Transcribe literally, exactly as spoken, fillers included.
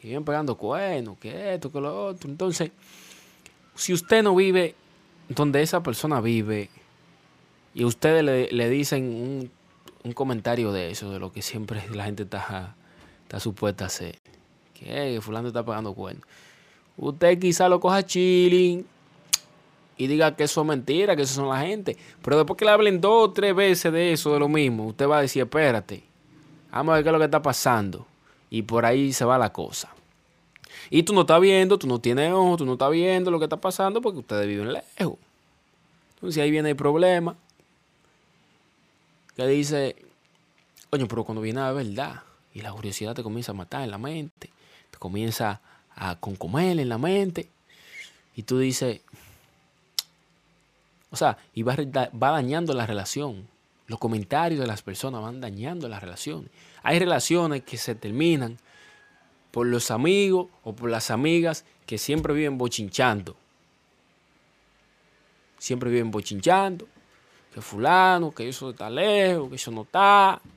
que viven pegando cuernos, que esto, que lo otro. Entonces, si usted no vive donde esa persona vive y a ustedes le, le dicen un, un comentario de eso, de lo que siempre la gente está, está supuesta a hacer, que fulano está pegando cuernos, usted quizá lo coja chilling y diga que eso es mentira, que eso son la gente. Pero después que le hablen dos o tres veces de eso, de lo mismo, usted va a decir, espérate, vamos a ver qué es lo que está pasando. Y por ahí se va la cosa. Y tú no estás viendo, tú no tienes ojos, tú no estás viendo lo que está pasando porque ustedes viven lejos. Entonces ahí viene el problema. Que dice, coño, pero cuando viene la verdad y la curiosidad te comienza a matar en la mente, te comienza a concomer en la mente, y tú dices, o sea, y va, va dañando la relación. Los comentarios de las personas van dañando la relación. Hay relaciones que se terminan por los amigos o por las amigas que siempre viven bochinchando. Siempre viven bochinchando. Que fulano, que eso está lejos, que eso no está.